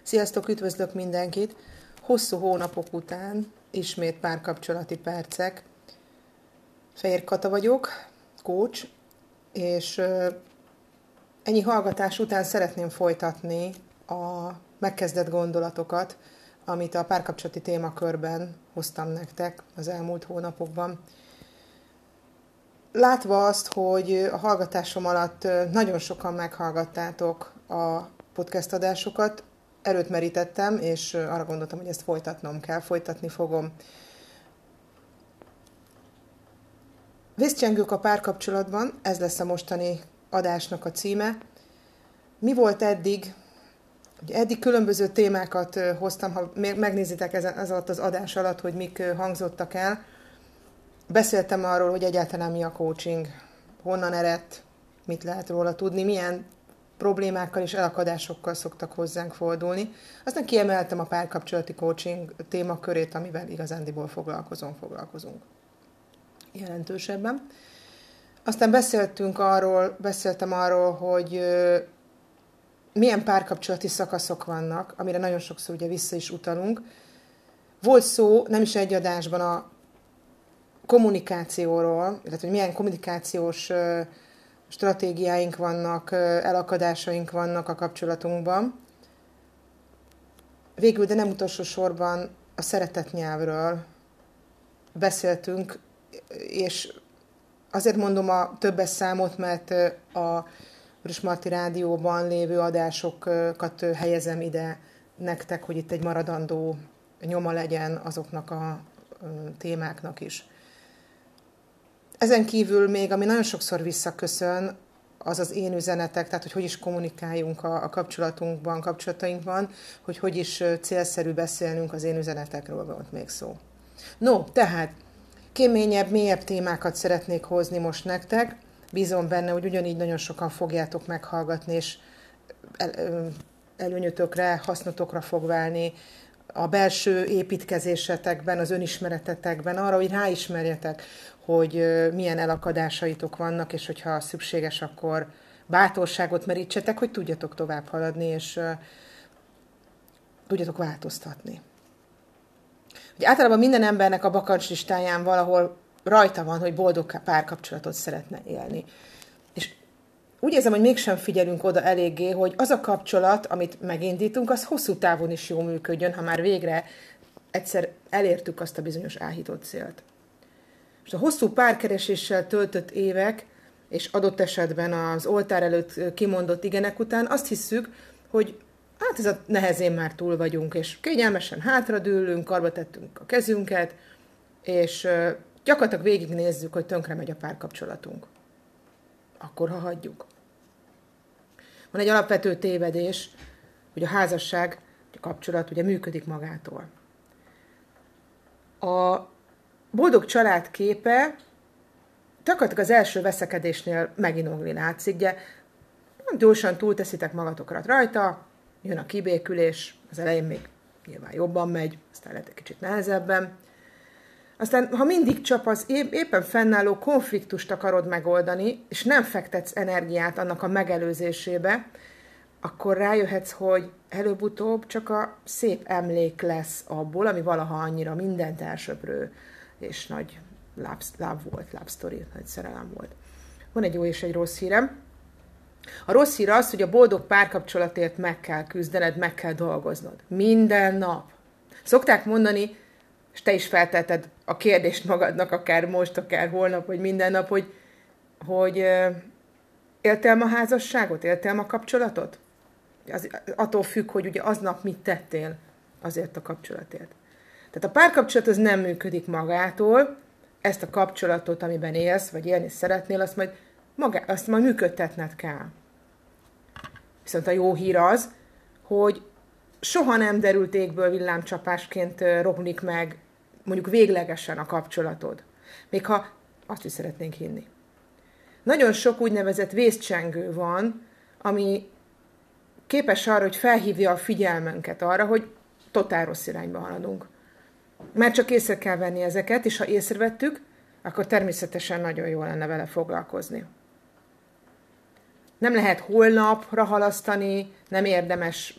Sziasztok, üdvözlök mindenkit! Hosszú hónapok után ismét párkapcsolati percek. Fehér Kata vagyok, coach, és ennyi hallgatás után szeretném folytatni a megkezdett gondolatokat, amit a párkapcsolati témakörben hoztam nektek az elmúlt hónapokban. Látva azt, hogy a hallgatásom alatt nagyon sokan meghallgattátok a podcast adásokat, erőt merítettem, és arra gondoltam, hogy ezt folytatnom kell, folytatni fogom. Vészcsengők a párkapcsolatban, ez lesz a mostani adásnak a címe. Mi volt eddig? Eddig különböző témákat hoztam, ha megnézitek ez alatt az adás alatt, hogy mik hangzottak el. Beszéltem arról, hogy egyáltalán mi a coaching, honnan eredt, mit lehet róla tudni, milyen problémákkal és elakadásokkal szoktak hozzánk fordulni. Aztán kiemeltem a párkapcsolati coaching témakörét, amivel igazándiból foglalkozunk jelentősebben. Aztán beszéltem arról, hogy milyen párkapcsolati szakaszok vannak, amire nagyon sokszor ugye vissza is utalunk. Volt szó, nem is egy adásban, a kommunikációról, illetve hogy milyen kommunikációs stratégiáink vannak, elakadásaink vannak a kapcsolatunkban. Végül, de nem utolsó sorban a szeretetnyelvről beszéltünk, és azért mondom a többes számot, mert a Vörös Marti Rádióban lévő adásokat helyezem ide nektek, hogy itt egy maradandó nyoma legyen azoknak a témáknak is. Ezen kívül még, ami nagyon sokszor visszaköszön, az az én üzenetek, tehát hogy is kommunikáljunk a kapcsolatainkban, hogy is célszerű beszélnünk, az én üzenetekről volt még szó. No, tehát kéményebb, mélyebb témákat szeretnék hozni most nektek. Bízom benne, hogy ugyanígy nagyon sokan fogjátok meghallgatni, és előnyötökre, hasznotokra fog válni a belső építkezésetekben, az önismeretetekben, arra, hogy ráismerjetek, hogy milyen elakadásaitok vannak, és hogyha szükséges, akkor bátorságot merítsetek, hogy tudjatok tovább haladni, és tudjatok változtatni. Ugye általában minden embernek a bakancslistáján valahol rajta van, hogy boldog párkapcsolatot szeretne élni. És úgy érzem, hogy mégsem figyelünk oda eléggé, hogy az a kapcsolat, amit megindítunk, az hosszú távon is jól működjön, ha már végre egyszer elértük azt a bizonyos áhított célt. És a hosszú párkereséssel töltött évek, és adott esetben az oltár előtt kimondott igenek után azt hisszük, hogy hát ez a nehezén már túl vagyunk, és kényelmesen hátradőlünk, karba tettünk a kezünket, és gyakorlatilag végignézzük, hogy tönkre megy a párkapcsolatunk. Akkor, ha hagyjuk. Van egy alapvető tévedés, hogy a házasság, a kapcsolat ugye működik magától. A boldog család képe gyakorlatilag az első veszekedésnél meginogni látszik, ugye gyorsan túlteszitek magatokra rajta, jön a kibékülés, az elején még nyilván jobban megy, aztán lehet egy kicsit nehezebben. Aztán, ha mindig csak az éppen fennálló konfliktust akarod megoldani, és nem fektetsz energiát annak a megelőzésébe, akkor rájöhetsz, hogy előbb-utóbb csak a szép emlék lesz abból, ami valaha annyira mindent elsöprő, és nagy lábsztori, nagy szerelem volt. Van egy jó és egy rossz hírem. A rossz hír az, hogy a boldog párkapcsolatért meg kell küzdened, meg kell dolgoznod. Minden nap. Szokták mondani, és te is feltetted a kérdést magadnak, akár most, akár holnap, vagy minden nap, hogy éltél ma házasságot, éltél ma kapcsolatot? Attól függ, hogy ugye aznap mit tettél azért a kapcsolatért. Tehát a párkapcsolat az nem működik magától, ezt a kapcsolatot, amiben élsz, vagy élni szeretnél, azt majd működtetned kell. Viszont a jó hír az, hogy soha nem derült égből villámcsapásként romlik meg mondjuk véglegesen a kapcsolatod. Még ha azt is szeretnénk hinni. Nagyon sok úgynevezett vészcsengő van, ami képes arra, hogy felhívja a figyelmünket arra, hogy totál rossz irányba haladunk. Már csak észre kell venni ezeket, és ha észrevettük, akkor természetesen nagyon jó lenne vele foglalkozni. Nem lehet holnapra halasztani, nem érdemes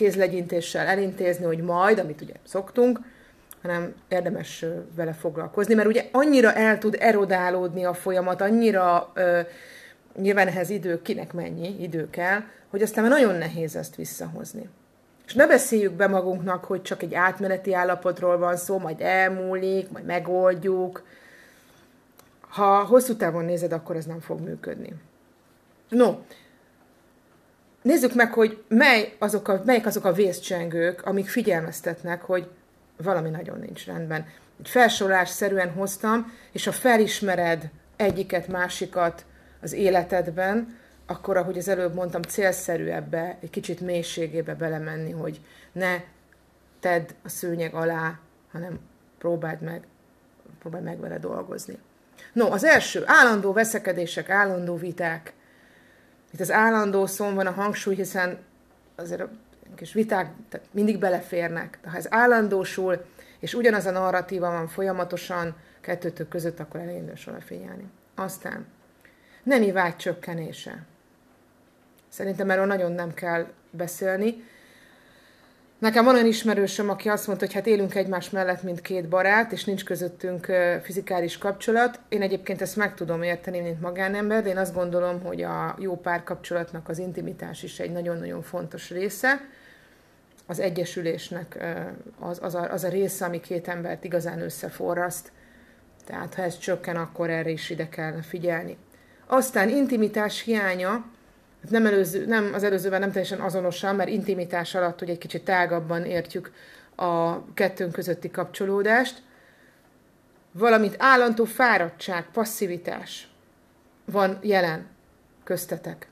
kézlegyintéssel elintézni, hogy majd, amit ugye szoktunk, hanem érdemes vele foglalkozni, mert ugye annyira el tud erodálódni a folyamat, annyira nyilván ehhez kinek mennyi idő kell, hogy aztán már nagyon nehéz ezt visszahozni. És ne beszéljük be magunknak, hogy csak egy átmeneti állapotról van szó, majd elmúlik, majd megoldjuk. Ha hosszú távon nézed, akkor ez nem fog működni. No, nézzük meg, hogy melyek azok a vészcsengők, amik figyelmeztetnek, hogy valami nagyon nincs rendben. Egy felsorolásszerűen hoztam, és ha felismered egyiket, másikat az életedben, akkor, ahogy az előbb mondtam, célszerű ebbe, egy kicsit mélységébe belemenni, hogy ne tedd a szőnyeg alá, hanem próbáld meg vele dolgozni. No, az első, állandó veszekedések, állandó viták. Itt az állandó szón van a hangsúly, hiszen azért a kis viták tehát mindig beleférnek. De ha ez állandósul, és ugyanaz a narratíva van folyamatosan kettőtök között, akkor elindulsz oda figyelni. Aztán nemi vágy csökkenése. Szerintem erről nagyon nem kell beszélni. Nekem van olyan ismerősöm, aki azt mondta, hogy hát élünk egymás mellett, mint két barát, és nincs közöttünk fizikális kapcsolat. Én egyébként ezt meg tudom érteni, mint magánember, de én azt gondolom, hogy a jó párkapcsolatnak az intimitás is egy nagyon-nagyon fontos része. Az egyesülésnek az a része, ami két embert igazán összeforraszt. Tehát ha ez csökken, akkor erre is ide kellene figyelni. Aztán intimitás hiánya, nem az előzőben nem teljesen azonosan, mert intimitás alatt, hogy egy kicsit tágabban értjük a kettőnk közötti kapcsolódást, valamint állandó fáradtság, passzivitás van jelen köztetek.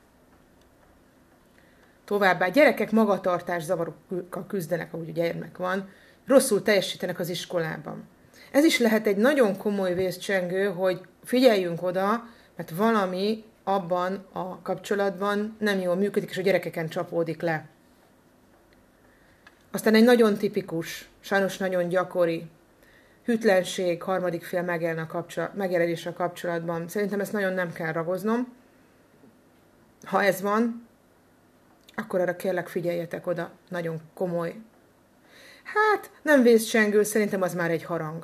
Továbbá gyerekek magatartás zavarokkal küzdenek, ahogy gyermek van, rosszul teljesítenek az iskolában. Ez is lehet egy nagyon komoly vészcsengő, hogy figyeljünk oda, mert valami abban a kapcsolatban nem jól működik, és a gyerekeken csapódik le. Aztán egy nagyon tipikus, sajnos nagyon gyakori hűtlenség, harmadik fél megjelenés a kapcsolatban. Szerintem ezt nagyon nem kell ragoznom. Ha ez van, akkor arra kérlek figyeljetek oda, nagyon komoly. Hát, nem vészcsengő, szerintem az már egy harang.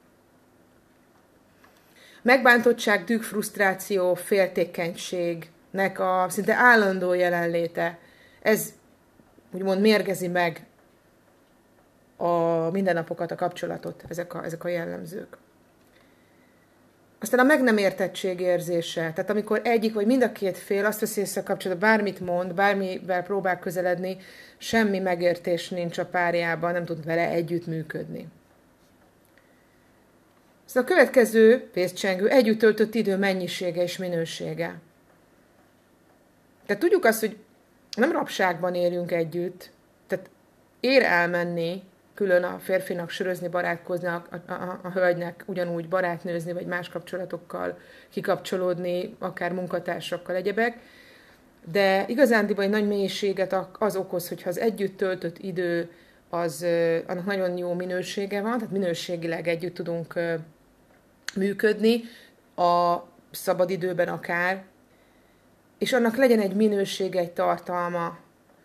Megbántottság, düh, frusztráció, féltékenységnek a szinte állandó jelenléte, ez úgymond mérgezi meg a mindennapokat, a kapcsolatot, ezek a jellemzők. Aztán a meg nem értettség érzése, tehát amikor egyik vagy mind a két fél azt veszi észre a kapcsolatban, bármit mond, bármivel próbál közeledni, semmi megértés nincs a párjában, nem tud vele együttműködni. Szóval a következő vészcsengő együtt töltött idő mennyisége és minősége. Tehát tudjuk azt, hogy nem rabságban élünk együtt, tehát ér elmenni külön a férfinak sörözni, barátkozni, a hölgynek ugyanúgy barátnőzni, vagy más kapcsolatokkal kikapcsolódni, akár munkatársakkal, egyebek. De igazándiban egy nagy mélységet az okoz, hogyha az együtt töltött idő, annak nagyon jó minősége van, tehát minőségileg együtt tudunk működni, a szabadidőben akár, és annak legyen egy minősége, egy tartalma.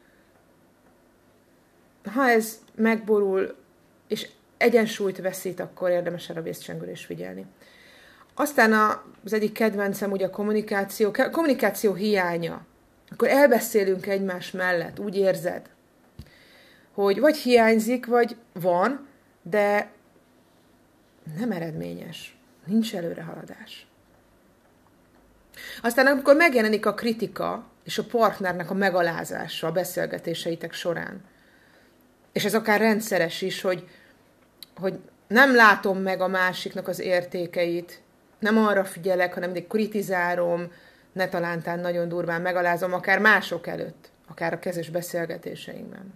Ha ez megborul, és egyensúlyt veszít, akkor érdemes erre a vészcsengőre figyelni. Aztán az egyik kedvencem ugye a kommunikáció hiánya. Akkor elbeszélünk egymás mellett, úgy érzed, hogy vagy hiányzik, vagy van, de nem eredményes. Nincs előrehaladás. Aztán amikor megjelenik a kritika és a partnernek a megalázása a beszélgetéseitek során, és ez akár rendszeres is, hogy nem látom meg a másiknak az értékeit, nem arra figyelek, hanem mindig kritizálom, ne talántán nagyon durván megalázom, akár mások előtt, akár a kezes beszélgetéseinkben.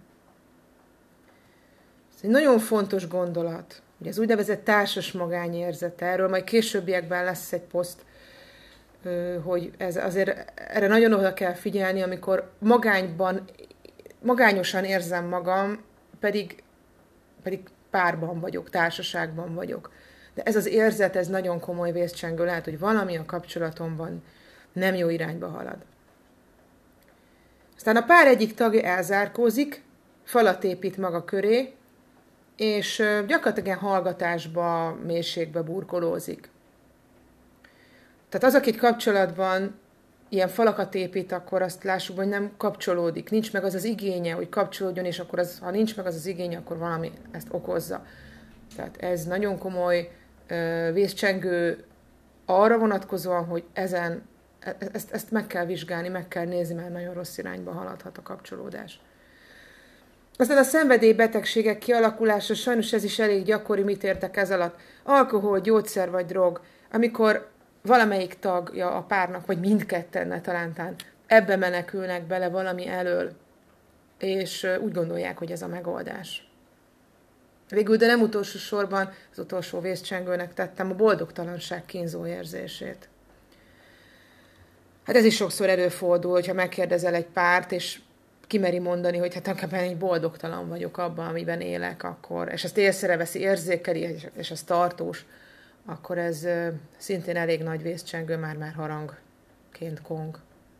Ez egy nagyon fontos gondolat, hogy az úgynevezett társas magányérzet, erről majd későbbiekben lesz egy poszt, hogy ez azért erre nagyon oda kell figyelni, amikor magányosan érzem magam, pedig párban vagyok, társaságban vagyok. De ez az érzet, ez nagyon komoly vészcsengő, lehet, hogy valami a kapcsolatomban nem jó irányba halad. Aztán a pár egyik tagja elzárkózik, falat épít maga köré, és gyakorlatilag ilyen hallgatásba, mélységbe burkolózik. Tehát az, aki kapcsolatban ilyen falakat épít, akkor azt lássuk, hogy nem kapcsolódik. Nincs meg az az igénye, hogy kapcsolódjon, és akkor ha nincs meg az az igénye, akkor valami ezt okozza. Tehát ez nagyon komoly vészcsengő arra vonatkozóan, hogy ezt meg kell vizsgálni, meg kell nézni, mert nagyon rossz irányba haladhat a kapcsolódás. Aztán a szenvedélybetegségek kialakulása, sajnos ez is elég gyakori, mit értek ez alatt. Alkohol, gyógyszer vagy drog, amikor valamelyik tagja a párnak, vagy mindketten talántán ebbe menekülnek bele valami elől, és úgy gondolják, hogy ez a megoldás. Végül, de nem utolsó sorban, az utolsó vészcsengőnek tettem a boldogtalanság kínzó érzését. Hát ez is sokszor előfordul, hogyha megkérdezel egy párt, és kimeri mondani, hogy hát inkább én boldogtalan vagyok abban, amiben élek, akkor, és ezt észreveszi, érzékeli, és ez tartós, akkor ez szintén elég nagy vészcsengő, már harangként kong.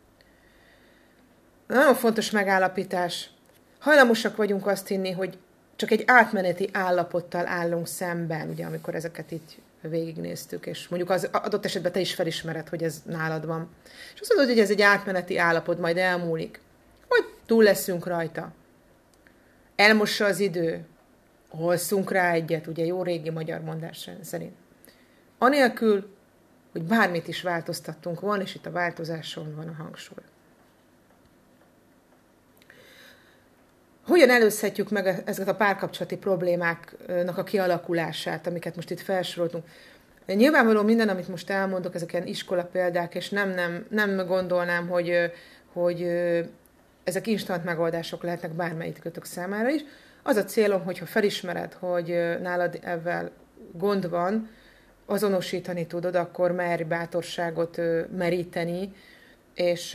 Nagyon fontos megállapítás. Hajlamosak vagyunk azt hinni, hogy csak egy átmeneti állapottal állunk szemben, ugye, amikor ezeket így végignéztük, és mondjuk az adott esetben te is felismered, hogy ez nálad van. És azt mondod, hogy ez egy átmeneti állapot, majd elmúlik. Majd túl leszünk rajta. Elmossa az idő. Alszunk rá egyet, ugye jó régi magyar mondás szerint. Anélkül, hogy bármit is változtattunk volna, és itt a változáson van a hangsúly. Hogyan előzhetjük meg ezeket a párkapcsolati problémáknak a kialakulását, amiket most itt felsoroltunk? Nyilvánvaló minden, amit most elmondok, ezek ilyen iskola példák, és nem gondolnám, hogy ezek instant megoldások lehetnek bármelyikőtök számára is. Az a célom, hogyha felismered, hogy nálad ezzel gond van, azonosítani tudod, akkor merj bátorságot meríteni, és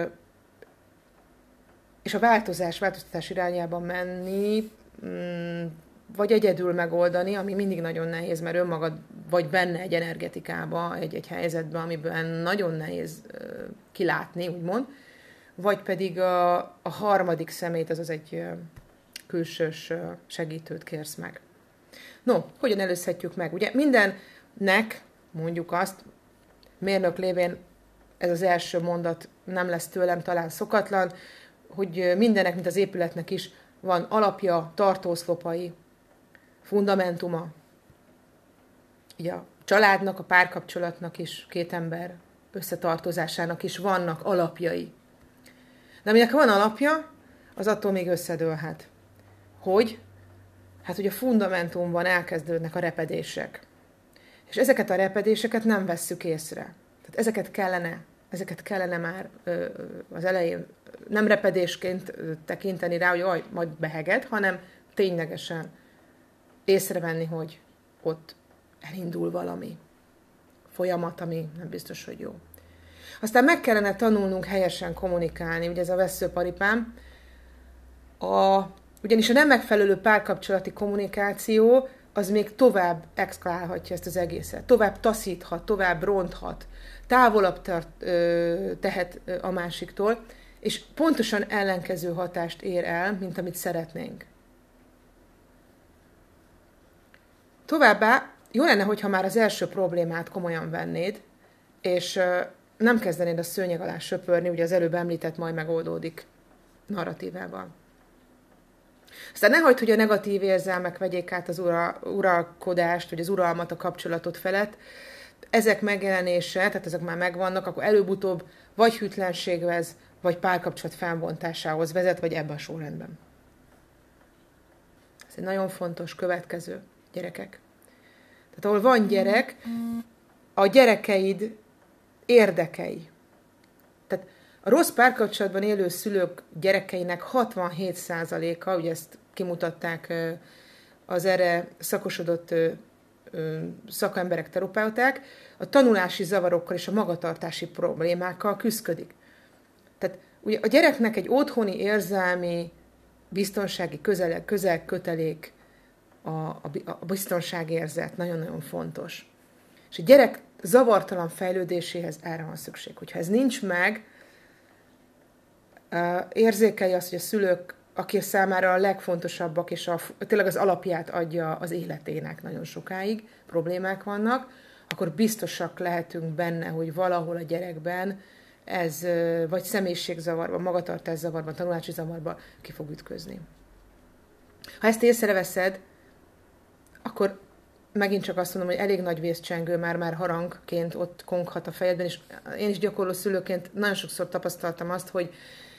a változtatás irányában menni, vagy egyedül megoldani, ami mindig nagyon nehéz, mert önmagad vagy benne egy energetikába, egy helyzetben, amiben nagyon nehéz kilátni, úgymond, vagy pedig a harmadik szemét, azaz egy külsős segítőt kérsz meg. No, hogyan előzhetjük meg? Ugye mindennek, mondjuk azt, mérnök lévén ez az első mondat nem lesz tőlem talán szokatlan, hogy mindennek, mint az épületnek is, van alapja, tartóoszlopai, fundamentuma. Ugye a családnak, a párkapcsolatnak is, két ember összetartozásának is vannak alapjai. De aminek van alapja, az attól még összedőlhet. Hogy? Hát ugye a fundamentumban elkezdődnek a repedések. És ezeket a repedéseket nem vesszük észre. Tehát ezeket kellene már az elején nem repedésként tekinteni rá, hogy majd beheged, hanem ténylegesen észrevenni, hogy ott elindul valami folyamat, ami nem biztos, hogy jó. Aztán meg kellene tanulnunk helyesen kommunikálni, ugye ez a vesszőparipám. Ugyanis a nem megfelelő párkapcsolati kommunikáció az még tovább exkalálhatja ezt az egészet. Tovább taszíthat, tovább ronthat, távolabb tehet a másiktól, és pontosan ellenkező hatást ér el, mint amit szeretnénk. Továbbá jó lenne, hogyha már az első problémát komolyan vennéd, és nem kezdenéd a szőnyeg alá söpörni, ugye az előbb említett majd megoldódik narratívával. Aztán ne hagyd, hogy a negatív érzelmek vegyék át az uralkodást, vagy az uralmat a kapcsolatot felett. Ezek megjelenése, tehát ezek már megvannak, akkor előbb-utóbb vagy hűtlenséghez, vagy párkapcsolat felbontásához vezet, vagy ebben a sorrendben. Ez egy nagyon fontos következő, gyerekek. Tehát ahol van gyerek, a gyerekeid érdekei. Tehát a rossz párkapcsolatban élő szülők gyerekeinek 67%-a, ugye ezt kimutatták az erre szakosodott szakemberek, terapeuták, a tanulási zavarokkal és a magatartási problémákkal küszködik. Tehát ugye a gyereknek egy otthoni érzelmi, biztonsági közel-kötelék, a biztonságérzet nagyon-nagyon fontos. És a gyerek zavartalan fejlődéséhez erre van szükség. Hogyha ez nincs meg, érzékelj azt, hogy a szülők aki számára a legfontosabbak, és tényleg az alapját adja az életének nagyon sokáig, problémák vannak, akkor biztosak lehetünk benne, hogy valahol a gyerekben ez vagy személyiségzavarban, magatartászavarban, tanulási zavarban ki fog ütközni. Ha ezt észreveszed, akkor megint csak azt mondom, hogy elég nagy vészcsengő már harangként ott konghat a fejedben, és én is gyakorló szülőként nagyon sokszor tapasztaltam azt, hogy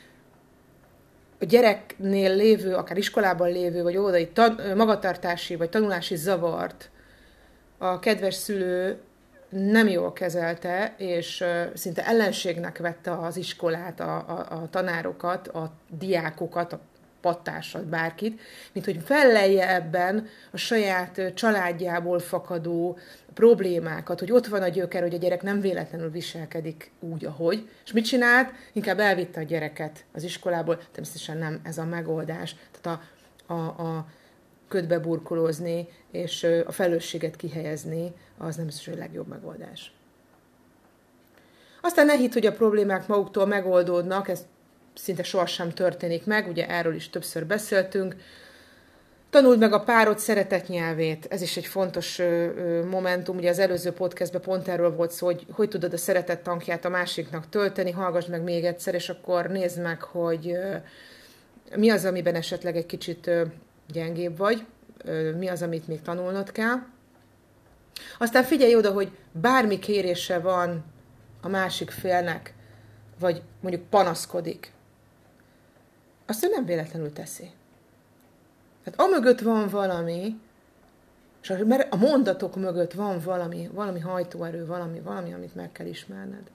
a gyereknél lévő, akár iskolában lévő, vagy óvodai magatartási, vagy tanulási zavart a kedves szülő nem jól kezelte, és szinte ellenségnek vette az iskolát, a tanárokat, a diákokat, a pattársat, bárkit, mint hogy fellelje ebben a saját családjából fakadó problémákat, hogy ott van a gyöker, hogy a gyerek nem véletlenül viselkedik úgy, ahogy. És mit csinált? Inkább elvitte a gyereket az iskolából, természetesen nem ez a megoldás. Tehát a ködbe burkolózni, és a felelősséget kihelyezni, az nem biztos, hogy a legjobb megoldás. Aztán ne hidd, hogy a problémák maguktól megoldódnak, ez szinte sohasem történik meg, ugye erről is többször beszéltünk. Tanuld meg a párod szeretett nyelvét, ez is egy fontos momentum, ugye az előző podcastben pont erről volt szó, hogy tudod a szeretett tankját a másiknak tölteni, hallgass meg még egyszer, és akkor nézd meg, hogy mi az, amiben esetleg egy kicsit gyengébb vagy, mi az, amit még tanulnod kell. Aztán figyelj oda, hogy bármi kérése van a másik félnek, vagy mondjuk panaszkodik, azt ő nem véletlenül teszi. Tehát amögött van valami, és a mondatok mögött van valami hajtóerő, valami, amit meg kell ismerned.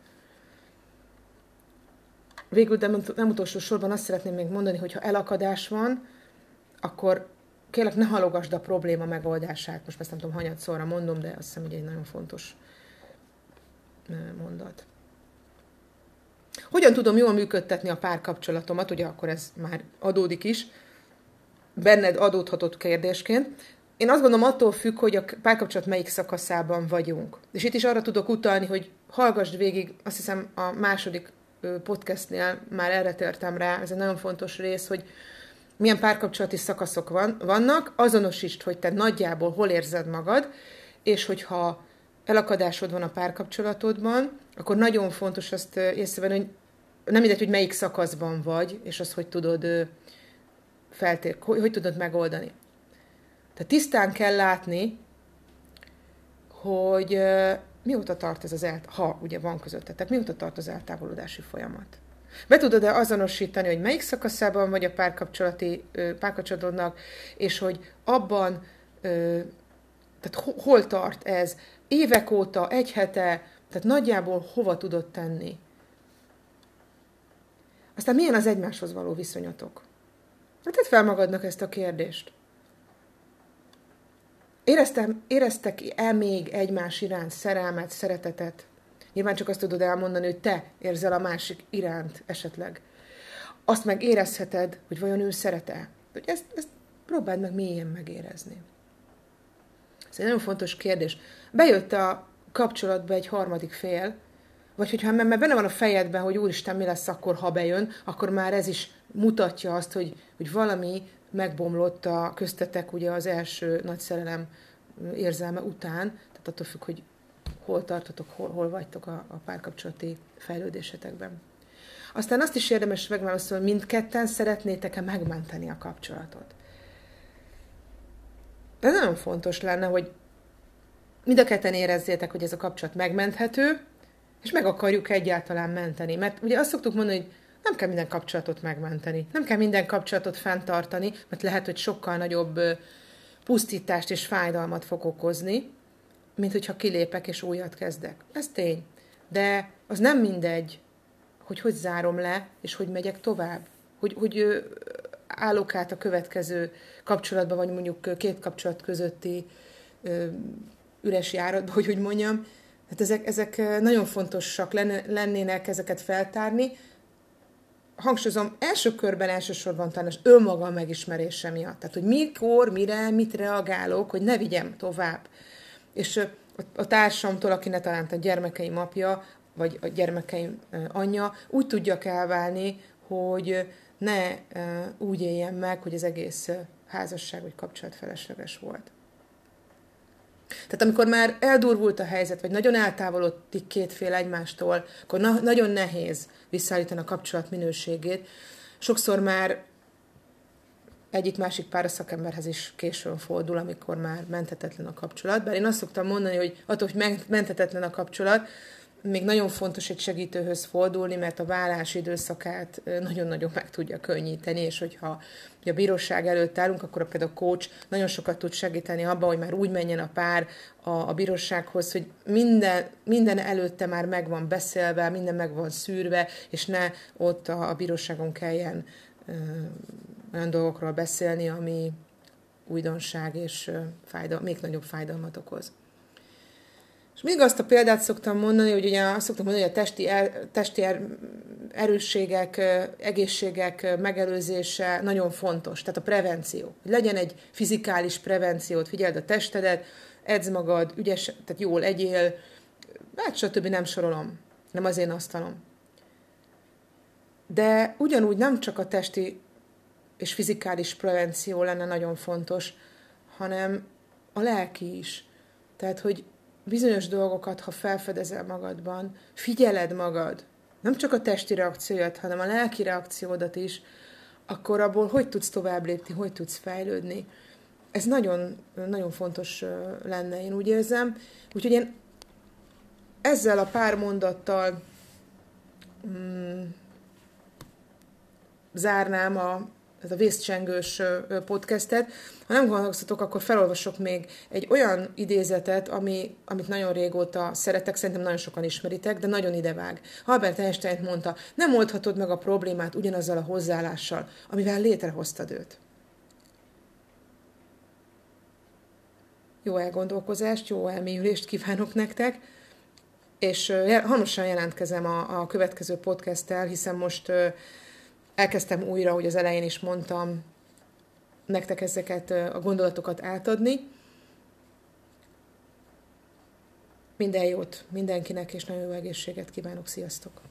Végül, de nem utolsó sorban azt szeretném még mondani, hogy ha elakadás van, akkor kérlek, ne halogasd a probléma megoldását. Most ezt nem tudom, hanyatszorra mondom, de azt hiszem, hogy egy nagyon fontos mondat. Hogyan tudom jól működtetni a párkapcsolatomat? Ugye akkor ez már adódik is, benned adódhatott kérdésként. Én azt gondolom, attól függ, hogy a párkapcsolat melyik szakaszában vagyunk. És itt is arra tudok utalni, hogy hallgassd végig, azt hiszem a második podcastnél már erre tértem rá, ez egy nagyon fontos rész, hogy milyen párkapcsolati szakaszok vannak, azonosítsd, hogy te nagyjából hol érzed magad, és hogyha elakadásod van a párkapcsolatodban, akkor nagyon fontos azt észrevenni, hogy nem mindegy, hogy melyik szakaszban vagy, és azt hogy tudod hogy tudod megoldani. Tehát tisztán kell látni, hogy mióta tart ez ha ugye van közöttetek, mióta tart az eltávolodási folyamat. Be tudod-e azonosítani, hogy melyik szakaszában vagy a párkapcsolatodnak, és hogy abban, tehát hol tart ez, évek óta, egy hete, tehát nagyjából hova tudod tenni. Aztán milyen az egymáshoz való viszonyatok? Tedd fel magadnak ezt a kérdést. Éreztek-e még egymás iránt szerelmet, szeretetet? Nyilván csak azt tudod elmondani, hogy te érzel a másik iránt esetleg. Azt meg érezheted, hogy vajon ő szeret-e. Ezt próbáld meg mélyen megérezni. Ez egy nagyon fontos kérdés. Bejött a kapcsolatba egy harmadik fél, vagy hogyha már benne van a fejedben, hogy úristen, mi lesz akkor, ha bejön, akkor már ez is mutatja azt, hogy valami megbomlott a köztetek ugye az első nagy szerelem érzelme után, tehát attól függ, hogy hol tartotok, hol vagytok a párkapcsolati fejlődésetekben. Aztán azt is érdemes megválaszolni, hogy mindketten szeretnétek-e megmenteni a kapcsolatot. Ez nagyon fontos lenne, hogy mind a ketten érezzétek, hogy ez a kapcsolat megmenthető, és meg akarjuk egyáltalán menteni. Mert ugye azt szoktuk mondani, hogy nem kell minden kapcsolatot megmenteni, nem kell minden kapcsolatot fenntartani, mert lehet, hogy sokkal nagyobb pusztítást és fájdalmat fog okozni, mint hogyha kilépek és újat kezdek. Ez tény. De az nem mindegy, hogy zárom le, és hogy megyek tovább. Hogy állok át a következő kapcsolatba, vagy mondjuk két kapcsolat közötti üres járatba, hogy mondjam. Hát ezek nagyon fontosak lennének ezeket feltárni. Hangsúlyozom, első körben elsősorban talán az önmagam megismerése miatt. Tehát, hogy mikor, mire, mit reagálok, hogy ne vigyem tovább. És a társamtól, aki ne talán a gyermekeim apja, vagy a gyermekeim anyja, úgy tudjak elválni, hogy ne úgy éljen meg, hogy az egész házasság vagy kapcsolat felesleges volt. Tehát amikor már eldurvult a helyzet, vagy nagyon eltávolodtik két fél egymástól, akkor nagyon nehéz visszaállítani a kapcsolat minőségét. Sokszor már egyik-másik pár a szakemberhez is későn fordul, amikor már menthetetlen a kapcsolat. Bár én azt szoktam mondani, hogy attól, hogy menthetetlen a kapcsolat, még nagyon fontos egy segítőhöz fordulni, mert a válás időszakát nagyon-nagyon meg tudja könnyíteni, és hogyha a bíróság előtt állunk, akkor például a coach nagyon sokat tud segíteni abban, hogy már úgy menjen a pár a bírósághoz, hogy minden előtte már meg van beszélve, minden meg van szűrve, és ne ott a bíróságon kelljen olyan dolgokról beszélni, ami újdonság és még nagyobb fájdalmat okoz. És még azt a példát szoktam mondani, hogy ugye azt szoktam mondani, hogy a testi erősségek, egészségek megelőzése nagyon fontos, tehát a prevenció. Hogy legyen egy fizikális prevenciót, figyeld a testedet, edz magad, ügyes, tehát jól egyél, hát stb. Nem sorolom, nem az én asztalom. De ugyanúgy nem csak a testi és fizikális prevenció lenne nagyon fontos, hanem a lelki is. Tehát, hogy bizonyos dolgokat, ha felfedezel magadban, figyeled magad, nem csak a testi reakciót, hanem a lelki reakciódat is, akkor abból hogy tudsz tovább lépni, hogy tudsz fejlődni. Ez nagyon, nagyon fontos lenne, én úgy érzem. Úgyhogy én ezzel a pár mondattal zárnám a vészcsengős podcastet. Ha nem gondolkoztatok, akkor felolvasok még egy olyan idézetet, amit nagyon régóta szeretek, szerintem nagyon sokan ismeritek, de nagyon idevág. Albert Einstein mondta, nem oldhatod meg a problémát ugyanazzal a hozzáállással, amivel létrehoztad őt. Jó elgondolkozást, jó elmélyülést kívánok nektek, és hamarosan jelentkezem a következő podcasttel, hiszen most elkezdtem újra, hogy az elején is mondtam, nektek ezeket a gondolatokat átadni. Minden jót mindenkinek, és nagyon jó egészséget kívánok. Sziasztok!